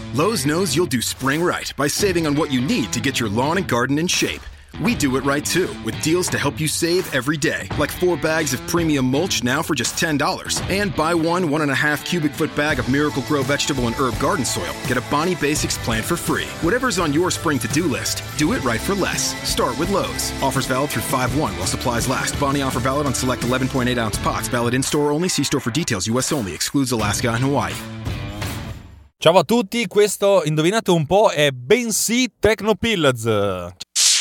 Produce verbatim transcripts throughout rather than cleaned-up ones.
Lowe's knows you'll do spring right by saving on what you need to get your lawn and garden in shape. We do it right, too, with deals to help you save every day, like four bags of premium mulch now for just ten dollars. And buy one one and a half cubic foot bag of Miracle-Gro vegetable and herb garden soil. Get a Bonnie Basics plant for free. Whatever's on your spring to-do list, do it right for less. Start with Lowe's. Offers valid through five one while supplies last. Bonnie offer valid on select eleven point eight ounce pots. Valid in-store only. See store for details. U S only. Excludes Alaska and Hawaii. Ciao a tutti, questo, indovinate un po', è bensì Tecnopills.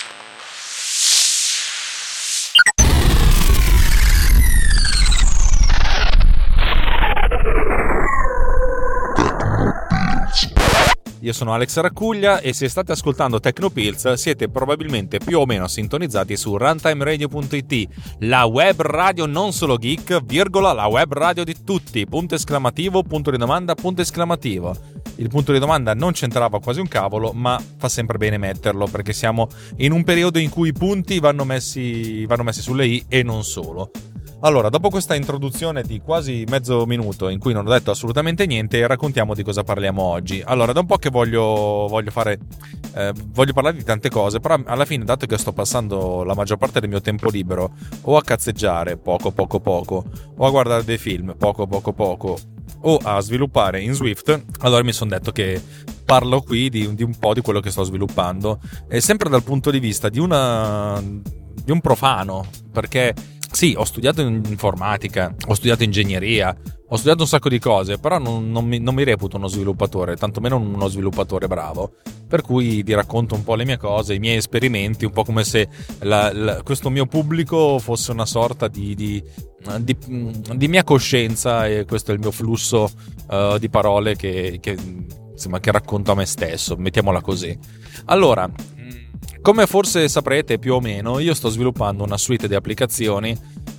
Io sono Alex Raccuglia e se state ascoltando Tecnopills siete probabilmente più o meno sintonizzati su runtimeradio punto it, la web radio non solo geek, virgola, la web radio di tutti, punto esclamativo, punto di domanda, punto esclamativo. Il punto di domanda non c'entrava quasi un cavolo, ma fa sempre bene metterlo perché siamo in un periodo in cui i punti vanno messi, vanno messi sulle i e non solo. Allora, dopo questa introduzione di quasi mezzo minuto in cui non ho detto assolutamente niente, raccontiamo di cosa parliamo oggi. Allora, da un po' che voglio, voglio fare, eh, voglio parlare di tante cose, però alla fine, dato che sto passando la maggior parte del mio tempo libero o a cazzeggiare poco poco poco, o a guardare dei film poco poco poco, o a sviluppare in Swift, allora mi sono detto che parlo qui di, di un po' di quello che sto sviluppando, e sempre dal punto di vista di una di un profano, perché sì, ho studiato informatica, ho studiato ingegneria, ho studiato un sacco di cose, però non, non, mi, non mi reputo uno sviluppatore, tantomeno uno sviluppatore bravo. Per cui vi racconto un po' le mie cose, i miei esperimenti, un po' come se la, la, questo mio pubblico fosse una sorta di, di, di, di mia coscienza, e questo è il mio flusso uh, di parole che, che, insomma, che racconto a me stesso, mettiamola così. Allora, come forse saprete più o meno, io sto sviluppando una suite di applicazioni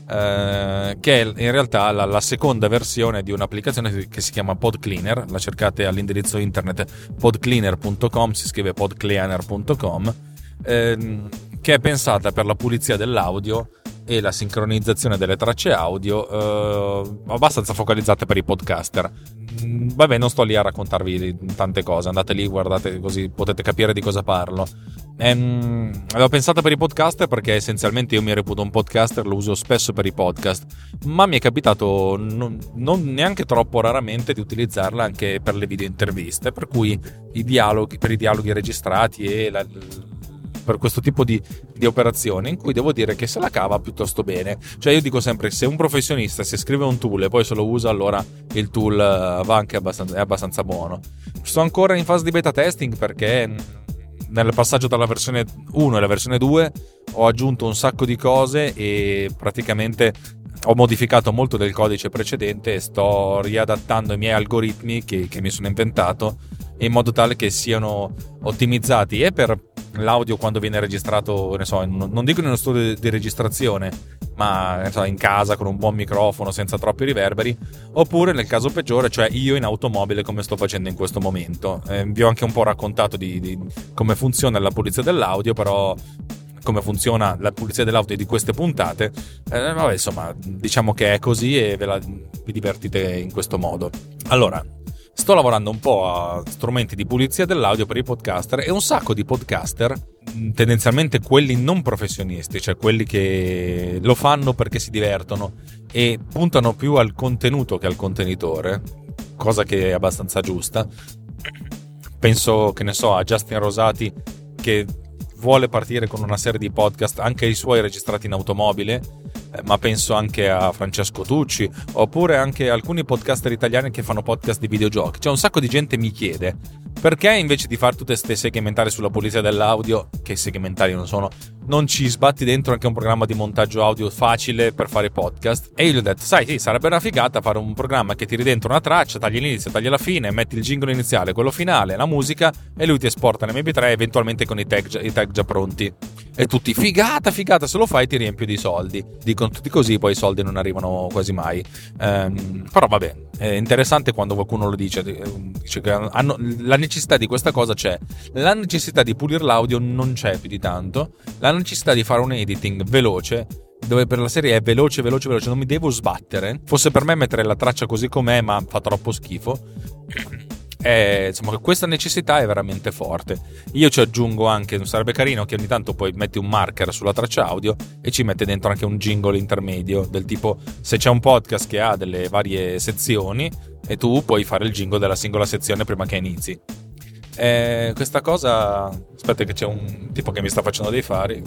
eh, che è in realtà la, la seconda versione di un'applicazione che si chiama PodCleaner. La cercate all'indirizzo internet podcleaner punto com, si scrive podcleaner punto com, eh, che è pensata per la pulizia dell'audio e la sincronizzazione delle tracce audio, eh, abbastanza focalizzate per i podcaster. Vabbè, non sto lì a raccontarvi tante cose, andate lì, guardate, così potete capire di cosa parlo. Ehm, avevo pensato per i podcaster perché essenzialmente io mi reputo un podcaster, lo uso spesso per i podcast, ma mi è capitato non, non neanche troppo raramente di utilizzarla anche per le video interviste, per cui i dialoghi, per i dialoghi registrati e la, per questo tipo di, di operazioni, in cui devo dire che se la cava piuttosto bene. Cioè, io dico sempre, se un professionista si scrive un tool e poi se lo usa, allora il tool va anche abbastanza, è abbastanza buono. Sto ancora in fase di beta testing perché nel passaggio dalla versione uno alla versione due ho aggiunto un sacco di cose e praticamente ho modificato molto del codice precedente e sto riadattando i miei algoritmi che, che mi sono inventato in modo tale che siano ottimizzati e per l'audio quando viene registrato, ne so, non dico in uno studio di registrazione, ma ne so, in casa con un buon microfono senza troppi riverberi, oppure nel caso peggiore, cioè io in automobile come sto facendo in questo momento. Eh, vi ho anche un po' raccontato di, di come funziona la pulizia dell'audio, però come funziona la pulizia dell'audio di queste puntate, eh, vabbè, insomma, diciamo che è così e ve la, vi divertite in questo modo. Allora, sto lavorando un po' a strumenti di pulizia dell'audio per i podcaster, e un sacco di podcaster, tendenzialmente quelli non professionisti, cioè quelli che lo fanno perché si divertono e puntano più al contenuto che al contenitore, cosa che è abbastanza giusta. Penso, che ne so, a Justin Rosati che vuole partire con una serie di podcast, anche i suoi registrati in automobile, eh, ma penso anche a Francesco Tucci, oppure anche alcuni podcaster italiani che fanno podcast di videogiochi. Cioè, un sacco di gente mi chiede perché invece di fare tutte ste segmentali sulla pulizia dell'audio, che segmentali non sono, non ci sbatti dentro anche un programma di montaggio audio facile per fare podcast. E io gli ho detto, sai, sì, sarebbe una figata fare un programma che tiri dentro una traccia, tagli l'inizio, tagli la fine, metti il jingle iniziale, quello finale, la musica, e lui ti esporta in emme pi tre eventualmente con i tag, i tag già pronti. E tutti, figata, figata, se lo fai ti riempio di soldi. Dicono tutti così, poi i soldi non arrivano quasi mai. Ehm, però vabbè, è interessante quando qualcuno lo dice, dice che hanno, la necessità di questa cosa c'è, la necessità di pulire l'audio non c'è più di tanto, la necessità di fare un editing veloce, dove per la serie è veloce, veloce, veloce, non mi devo sbattere. Fosse per me mettere la traccia così com'è, ma fa troppo schifo. è, insomma, questa necessità è veramente forte. Io ci aggiungo anche, sarebbe carino che ogni tanto poi metti un marker sulla traccia audio e ci mette dentro anche un jingle intermedio, del tipo, se c'è un podcast che ha delle varie sezioni e tu puoi fare il jingle della singola sezione prima che inizi. E questa cosa, aspetta che c'è un tipo che mi sta facendo dei fari.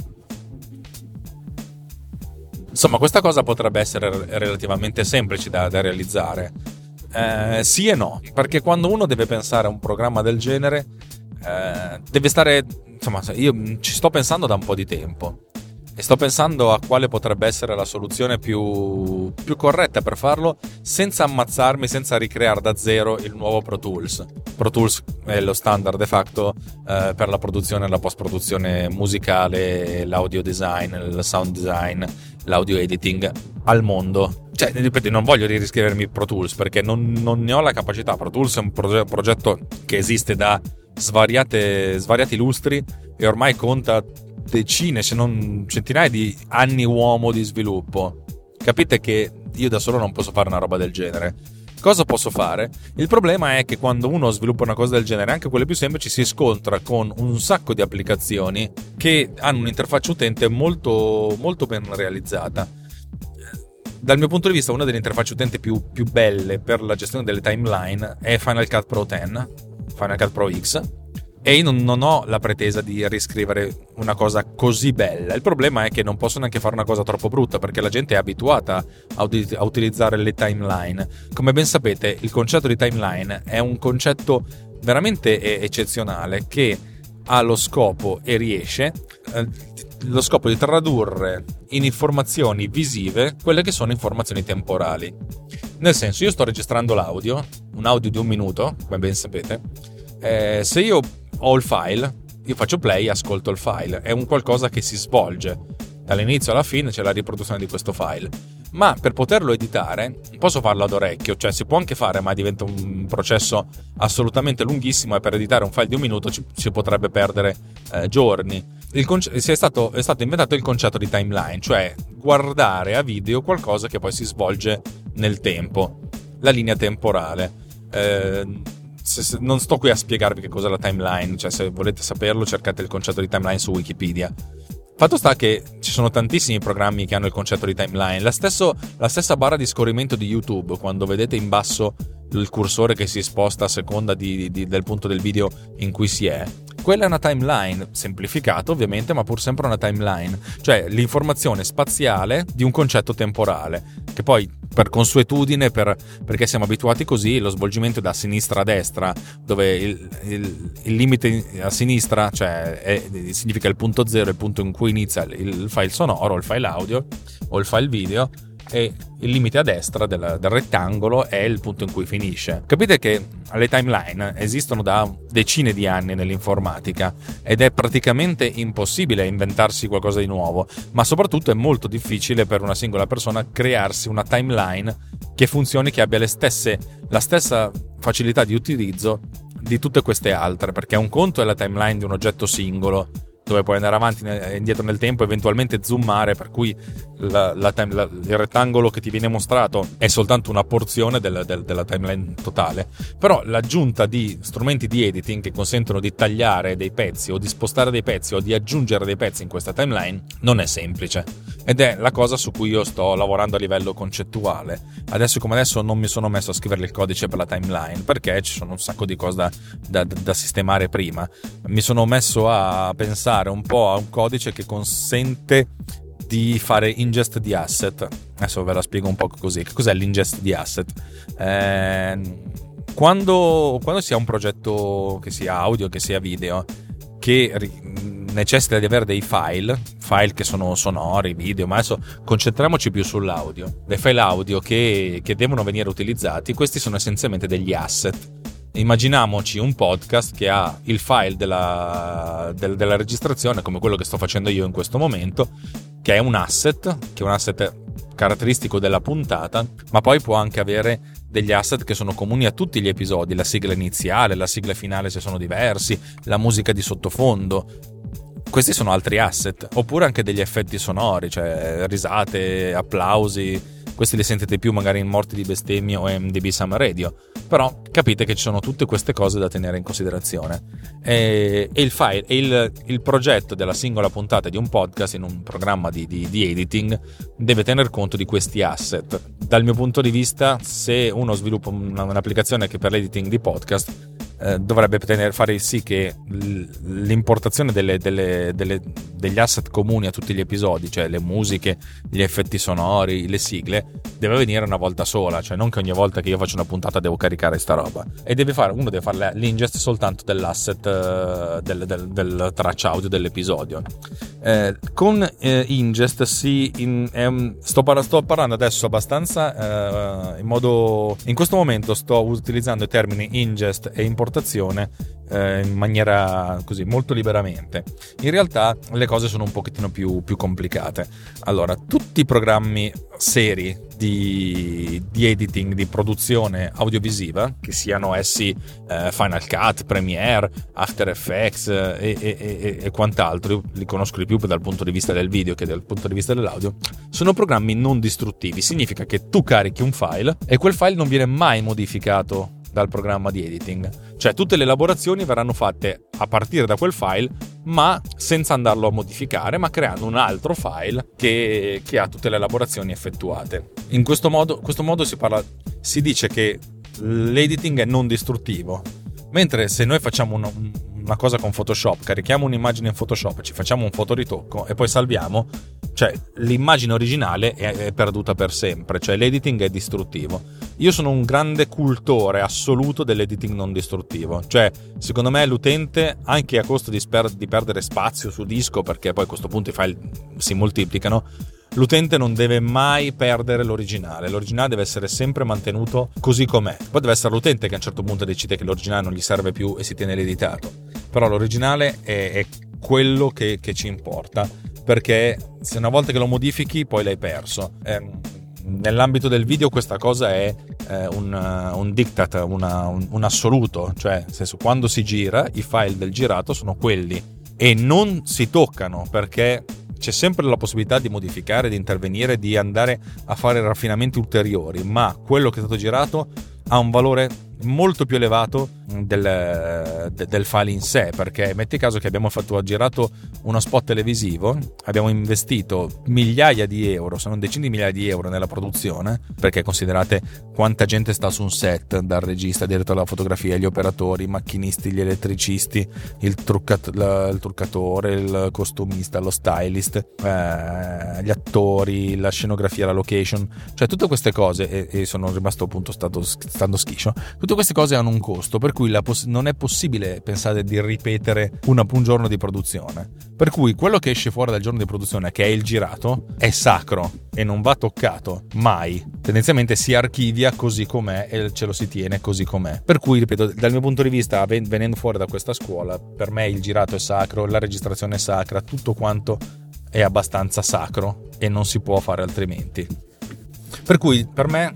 Insomma, questa cosa potrebbe essere relativamente semplice da, da realizzare. Eh, sì e no, perché quando uno deve pensare a un programma del genere, eh, deve stare, insomma, io ci sto pensando da un po' di tempo e sto pensando a quale potrebbe essere la soluzione più, più corretta per farlo senza ammazzarmi, senza ricreare da zero il nuovo Pro Tools. Pro Tools è lo standard de facto eh, per la produzione e la post-produzione musicale, l'audio design, il sound design, l'audio editing al mondo. Cioè, ripeto, non voglio riscrivermi Pro Tools perché non, non ne ho la capacità. Pro Tools è un proge- progetto che esiste da svariate, svariati lustri e ormai conta decine, se non centinaia di anni uomo di sviluppo. Capite che io da solo non posso fare una roba del genere. Cosa posso fare? Il problema è che quando uno sviluppa una cosa del genere, anche quelle più semplici, si scontra con un sacco di applicazioni che hanno un'interfaccia utente molto, molto ben realizzata. Dal mio punto di vista, una delle interfacce utente più, più belle per la gestione delle timeline è Final Cut Pro dieci, Final Cut Pro X, e io non, non ho la pretesa di riscrivere una cosa così bella. Il problema è che non posso neanche fare una cosa troppo brutta perché la gente è abituata a, ut- a utilizzare le timeline. Come ben sapete, il concetto di timeline è un concetto veramente eccezionale che ha lo scopo e riesce eh, lo scopo di tradurre in informazioni visive quelle che sono informazioni temporali. Nel senso, io sto registrando l'audio, un audio di un minuto, come ben sapete. Eh, se io ho il file, io faccio play, ascolto il file, è un qualcosa che si svolge dall'inizio alla fine, c'è la riproduzione di questo file, ma per poterlo editare posso farlo ad orecchio, cioè si può anche fare, ma diventa un processo assolutamente lunghissimo e per editare un file di un minuto ci, ci potrebbe perdere eh, giorni. Il conce- è, stato, è stato inventato il concetto di timeline, cioè guardare a video qualcosa che poi si svolge nel tempo, la linea temporale. eh, Se, se, non sto qui a spiegarvi che cos'è la timeline, cioè se volete saperlo cercate il concetto di timeline su Wikipedia. Fatto sta che ci sono tantissimi programmi che hanno il concetto di timeline. La, stesso, la stessa barra di scorrimento di YouTube, quando vedete in basso il cursore che si sposta a seconda di, di, del punto del video in cui si è, quella è una timeline, semplificata ovviamente, ma pur sempre una timeline, cioè l'informazione spaziale di un concetto temporale, che poi per consuetudine, per, perché siamo abituati così, lo svolgimento da sinistra a destra, dove il, il, il limite a sinistra, cioè è, significa il punto zero, il punto in cui inizia il, il file sonoro, il file audio o il file video, e il limite a destra del, del rettangolo è il punto in cui finisce. Capite che le timeline esistono da decine di anni nell'informatica ed è praticamente impossibile inventarsi qualcosa di nuovo, ma soprattutto è molto difficile per una singola persona crearsi una timeline che funzioni, che abbia le stesse, la stessa facilità di utilizzo di tutte queste altre, perché un conto è la timeline di un oggetto singolo dove puoi andare avanti e indietro nel tempo, eventualmente zoomare, per cui la, la time, la, il rettangolo che ti viene mostrato è soltanto una porzione del, del, della timeline totale. Però l'aggiunta di strumenti di editing che consentono di tagliare dei pezzi o di spostare dei pezzi o di aggiungere dei pezzi in questa timeline non è semplice, ed è la cosa su cui io sto lavorando a livello concettuale. Adesso come adesso non mi sono messo a scrivere il codice per la timeline perché ci sono un sacco di cose da, da, da sistemare prima. Mi sono messo a pensare un po' a un codice che consente di fare ingest di asset. Adesso ve la spiego un po' così. Che cos'è l'ingest di asset? Eh, quando, quando si ha un progetto, che sia audio, che sia video, che necessita di avere dei file, file che sono sonori, video, ma adesso concentriamoci più sull'audio. Dei file audio che, che devono venire utilizzati, questi sono essenzialmente degli asset. Immaginiamoci un podcast che ha il file della, del, della registrazione, come quello che sto facendo io in questo momento, che è un asset, che è un asset caratteristico della puntata, ma poi può anche avere degli asset che sono comuni a tutti gli episodi, la sigla iniziale, la sigla finale se sono diversi, la musica di sottofondo. Questi sono altri asset, oppure anche degli effetti sonori, cioè risate, applausi, questi li sentite più magari in Morti di Bestemmie o M D B Summer Radio, però capite che ci sono tutte queste cose da tenere in considerazione. E, e il file e il, il progetto della singola puntata di un podcast in un programma di, di, di editing deve tener conto di questi asset. Dal mio punto di vista, se uno sviluppa una, un'applicazione che per l'editing di podcast eh, dovrebbe tener, fare sì che l'importazione delle, delle, delle, degli asset comuni a tutti gli episodi, cioè le musiche, gli effetti sonori, le sigle, deve avvenire una volta sola, cioè non che ogni volta che io faccio una puntata devo caricare sta roba, e deve fare, uno deve fare l'ingest soltanto dell'asset uh, del, del, del traccia audio dell'episodio. Eh, con eh, ingest si in, eh, sto, par- sto parlando adesso abbastanza eh, in modo in questo momento sto utilizzando i termini ingest e importazione eh, in maniera così molto liberamente. In realtà le cose sono un pochettino più, più complicate. Allora, tutti i programmi seri di, di editing, di produzione audiovisiva, che siano essi eh, Final Cut, Premiere, After Effects eh, e, e, e, e quant'altro, io li conosco di più dal punto di vista del video che dal punto di vista dell'audio, sono programmi non distruttivi. Significa che tu carichi un file e quel file non viene mai modificato dal programma di editing, cioè tutte le elaborazioni verranno fatte a partire da quel file, ma senza andarlo a modificare, ma creando un altro file che, che ha tutte le elaborazioni effettuate. In questo modo, questo modo si parla, si dice che l'editing è non distruttivo, mentre se noi facciamo una, una cosa con Photoshop, carichiamo un'immagine in Photoshop, ci facciamo un fotoritocco e poi salviamo, cioè l'immagine originale è, è perduta per sempre, cioè l'editing è distruttivo. Io sono un grande cultore assoluto dell'editing non distruttivo, cioè secondo me l'utente, anche a costo di, sper- di perdere spazio su disco, perché poi a questo punto i file si moltiplicano, l'utente non deve mai perdere l'originale. L'originale deve essere sempre mantenuto così com'è. Poi deve essere l'utente che a un certo punto decide che l'originale non gli serve più e si tiene l'editato, però l'originale è, è quello che, che ci importa, perché se una volta che lo modifichi poi l'hai perso. Eh, nell'ambito del video questa cosa è eh, un, un diktat, una, un, un assoluto, cioè nel senso, quando si gira i file del girato sono quelli e non si toccano, perché c'è sempre la possibilità di modificare, di intervenire, di andare a fare raffinamenti ulteriori, ma quello che è stato girato ha un valore molto più elevato del, del file in sé, perché metti caso che abbiamo fatto girato uno spot televisivo, abbiamo investito migliaia di euro, se non decine di migliaia di euro nella produzione, perché considerate quanta gente sta su un set, dal regista, direttore della fotografia, gli operatori, i macchinisti, gli elettricisti, il, truccat- il truccatore, il costumista, lo stylist, eh, gli attori, la scenografia, la location, cioè tutte queste cose, e, e sono rimasto appunto stato, stando schiscio, tutte queste cose hanno un costo, per cui la poss- non è possibile pensare di ripetere una, un giorno di produzione, per cui quello che esce fuori dal giorno di produzione, che è il girato, è sacro e non va toccato mai, tendenzialmente si archivia così com'è e ce lo si tiene così com'è. Per cui, ripeto, dal mio punto di vista, ven- venendo fuori da questa scuola, per me il girato è sacro, la registrazione è sacra, tutto quanto è abbastanza sacro e non si può fare altrimenti. Per cui per me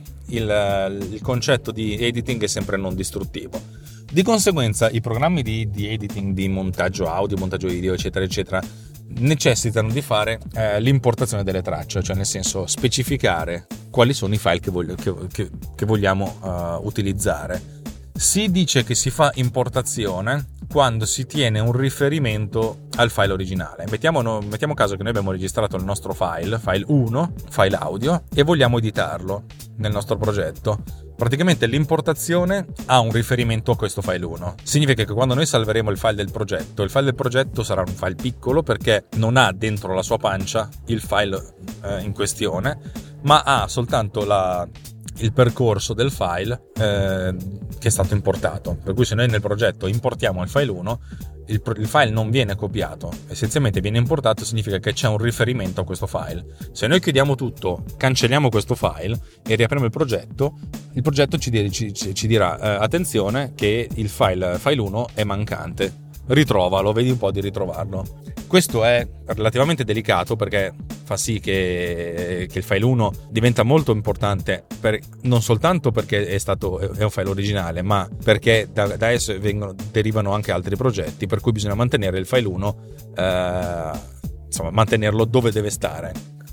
il, il concetto di editing è sempre non distruttivo. Di conseguenza i programmi di, di editing, di montaggio audio, montaggio video, eccetera eccetera, necessitano di fare eh, l'importazione delle tracce, cioè nel senso specificare quali sono i file che, voglio, che, che, che vogliamo uh, utilizzare. Si dice che si fa importazione quando si tiene un riferimento al file originale. Mettiamo, no, mettiamo caso che noi abbiamo registrato il nostro file, file uno, file audio, e vogliamo editarlo nel nostro progetto. Praticamente l'importazione ha un riferimento a questo file uno. Significa che quando noi salveremo il file del progetto, il file del progetto sarà un file piccolo perché non ha dentro la sua pancia il file eh, in questione, ma ha soltanto la... il percorso del file eh, che è stato importato. Per cui se noi nel progetto importiamo il file uno, il, il file non viene copiato, essenzialmente viene importato, significa che c'è un riferimento a questo file. Se noi chiudiamo tutto, cancelliamo questo file e riapriamo il progetto, il progetto ci, dir, ci, ci dirà eh, attenzione che il file file uno è mancante, ritrovalo, vedi un po' di ritrovarlo. Questo è relativamente delicato perché fa sì che, che il file uno diventa molto importante, per, non soltanto perché è stato è un file originale, ma perché da, da esso vengono, derivano anche altri progetti, per cui bisogna mantenere il file uno, eh, insomma mantenerlo dove deve stare.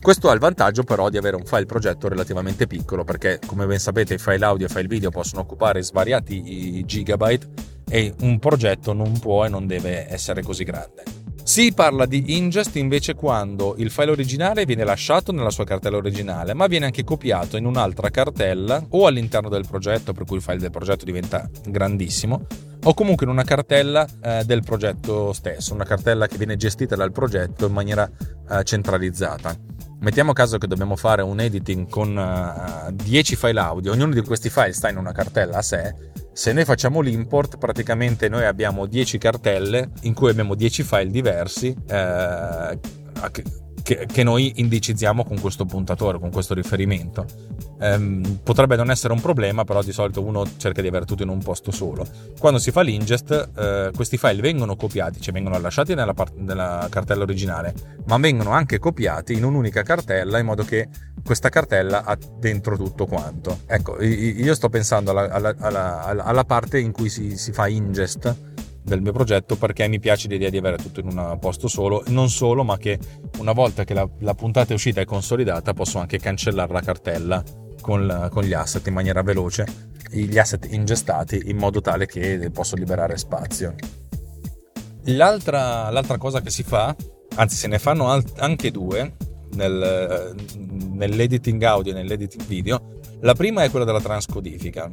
Questo ha il vantaggio però di avere un file progetto relativamente piccolo, perché come ben sapete i file audio e file video possono occupare svariati gigabyte e un progetto non può e non deve essere così grande. Si parla di ingest invece quando il file originale viene lasciato nella sua cartella originale, ma viene anche copiato in un'altra cartella o all'interno del progetto, per cui il file del progetto diventa grandissimo, o comunque in una cartella eh, del progetto stesso, una cartella che viene gestita dal progetto in maniera eh, centralizzata. Mettiamo caso che dobbiamo fare un editing con uh, dieci file audio, ognuno di questi file sta in una cartella a sé. Se noi facciamo l'import, praticamente noi abbiamo dieci cartelle in cui abbiamo dieci file diversi eh, che, che noi indicizziamo con questo puntatore, con questo riferimento. Ehm, potrebbe non essere un problema, però di solito uno cerca di avere tutto in un posto solo. Quando si fa l'ingest, eh, questi file vengono copiati, cioè vengono lasciati nella, part- nella cartella originale, ma vengono anche copiati in un'unica cartella, in modo che questa cartella ha dentro tutto quanto. Ecco, io sto pensando alla, alla, alla, alla parte in cui si, si fa ingest del mio progetto, perché mi piace l'idea di avere tutto in un posto solo, non solo, ma che una volta che la, la puntata è uscita e consolidata posso anche cancellare la cartella con, la, con gli asset in maniera veloce, gli asset ingestati, in modo tale che posso liberare spazio. L'altra, l'altra cosa che si fa, anzi se ne fanno alt- anche due nel, nell'editing audio e nell'editing video. La prima è quella della transcodifica.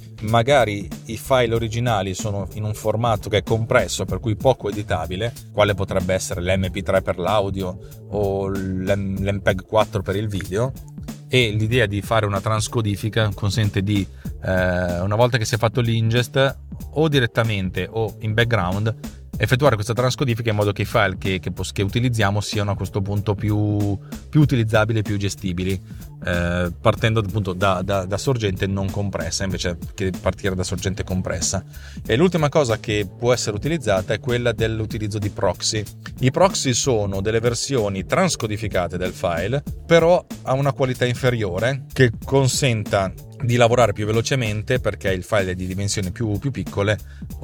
Magari i file originali sono in un formato che è compresso, per cui poco editabile, quale potrebbe essere l'emme pi tre per l'audio o l'emme pe gi quattro per il video, e l'idea di fare una transcodifica consente di, eh, una volta che si è fatto l'ingest, o direttamente o in background, effettuare questa transcodifica in modo che i file che, che, che utilizziamo siano a questo punto più, più utilizzabili e più gestibili, eh, partendo appunto da, da, da sorgente non compressa invece che partire da sorgente compressa. E l'ultima cosa che può essere utilizzata è quella dell'utilizzo di proxy. I proxy sono delle versioni transcodificate del file, però a una qualità inferiore, che consenta di lavorare più velocemente perché il file è di dimensioni più, più piccole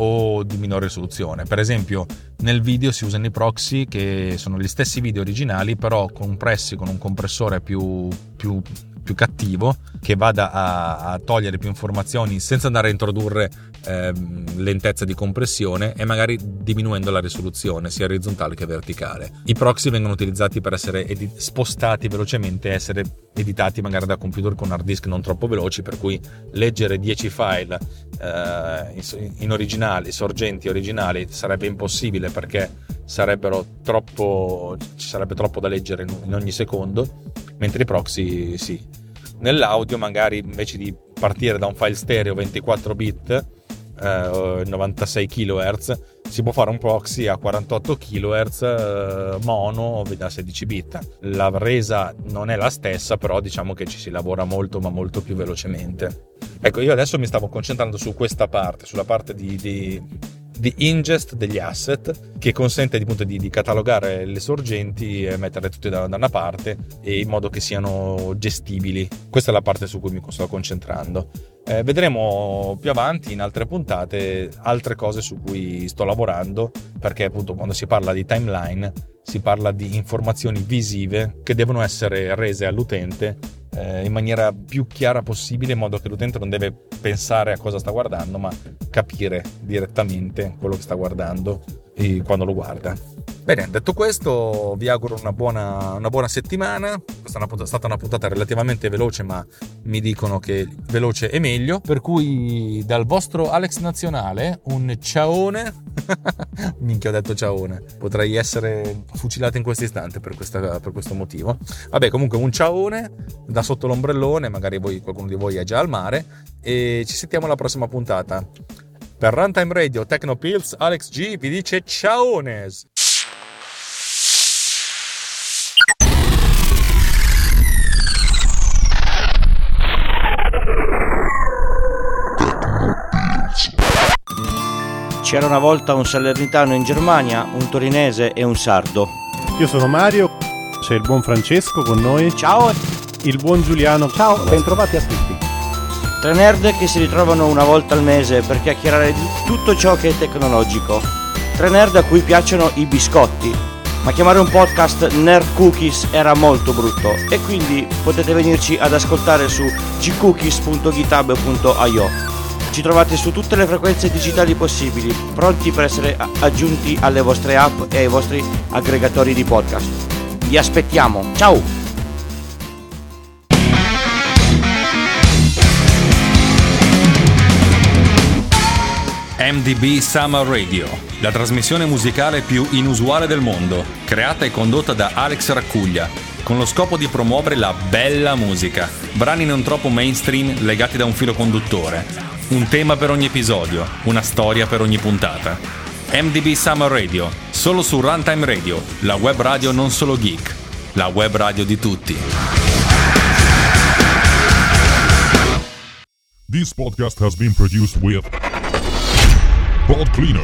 o di minore risoluzione. Per esempio nel video si usano i proxy, che sono gli stessi video originali però compressi con un compressore più, più, più cattivo, che vada a, a togliere più informazioni senza andare a introdurre eh, lentezza di compressione, e magari diminuendo la risoluzione sia orizzontale che verticale. I proxy vengono utilizzati per essere edi- spostati velocemente, essere editati magari da computer con hard disk non troppo veloci, per cui leggere dieci file eh, in, in originali, sorgenti originali, sarebbe impossibile, perché sarebbero troppo, ci sarebbe troppo da leggere in, in ogni secondo, mentre i proxy sì. Nell'audio magari invece di partire da un file stereo ventiquattro bit eh, novantasei kilohertz, si può fare un proxy a quarantotto kilohertz eh, mono da sedici bit. La resa non è la stessa, però diciamo che ci si lavora molto ma molto più velocemente. Ecco, io adesso mi stavo concentrando su questa parte, sulla parte di, di, di ingest degli asset, che consente di, appunto, di, di catalogare le sorgenti e metterle tutte da, da una parte, e in modo che siano gestibili. Questa è la parte su cui mi sto concentrando. Eh, vedremo più avanti in altre puntate altre cose su cui sto lavorando, perché appunto quando si parla di timeline si parla di informazioni visive che devono essere rese all'utente eh, in maniera più chiara possibile, in modo che l'utente non deve pensare a cosa sta guardando, ma capire direttamente quello che sta guardando e quando lo guarda. Bene, detto questo, vi auguro una buona, una buona settimana. Questa è, una, è stata una puntata relativamente veloce, ma mi dicono che veloce è meglio, per cui dal vostro Alex Nazionale un ciaone. Minchia, ho detto ciaone, potrei essere fucilato in questo istante per, questa, per questo motivo. Vabbè, comunque un ciaone da sotto l'ombrellone, magari voi, qualcuno di voi è già al mare, e ci sentiamo alla prossima puntata. Per Runtime Radio Tecnopills, Alex G vi dice ciaones. C'era una volta un salernitano in Germania, un torinese e un sardo. Io sono Mario, c'è il buon Francesco con noi. Ciao! Il buon Giuliano. Ciao, bentrovati a tutti. Tre nerd che si ritrovano una volta al mese per chiacchierare di tutto ciò che è tecnologico. Tre nerd a cui piacciono i biscotti. ma chiamare un podcast Nerd Cookies era molto brutto e quindi potete venirci ad ascoltare su g cookies punto github punto i o. Ci trovate su tutte le frequenze digitali possibili, pronti per essere aggiunti alle vostre app e ai vostri aggregatori di podcast. Vi aspettiamo, ciao! M D B Summer Radio, la trasmissione musicale più inusuale del mondo, creata e condotta da Alex Raccuglia, con lo scopo di promuovere la bella musica, brani non troppo mainstream legati da un filo conduttore, un tema per ogni episodio, una storia per ogni puntata. M D B Summer Radio, solo su Runtime Radio, la web radio non solo geek, la web radio di tutti. This podcast has been produced with Pod Cleaner.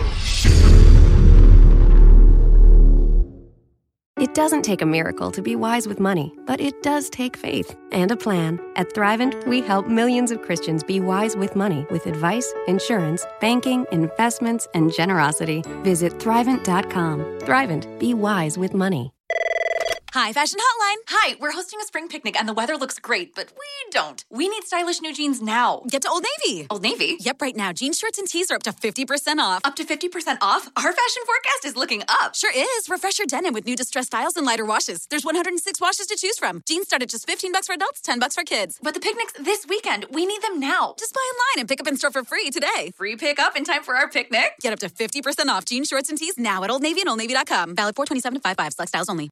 It doesn't take a miracle to be wise with money, but it does take faith and a plan. At Thrivent, we help millions of Christians be wise with money with advice, insurance, banking, investments, and generosity. Visit Thrivent dot com. Thrivent, be wise with money. Hi, Fashion Hotline. Hi, we're hosting a spring picnic and the weather looks great, but we don't. We need stylish new jeans now. Get to Old Navy. Old Navy? Yep, right now. Jeans, shirts, and tees are up to fifty percent off. Up to fifty percent off? Our fashion forecast is looking up. Sure is. Refresh your denim with new distressed styles and lighter washes. There's one hundred six washes to choose from. Jeans start at just fifteen bucks for adults, ten bucks for kids. But the picnic's this weekend. We need them now. Just buy online and pick up in store for free today. Free pickup in time for our picnic? Get up to fifty percent off jeans, shorts, and tees now at Old Navy and old navy dot com. Valid four twenty-seven to five five. Select styles only.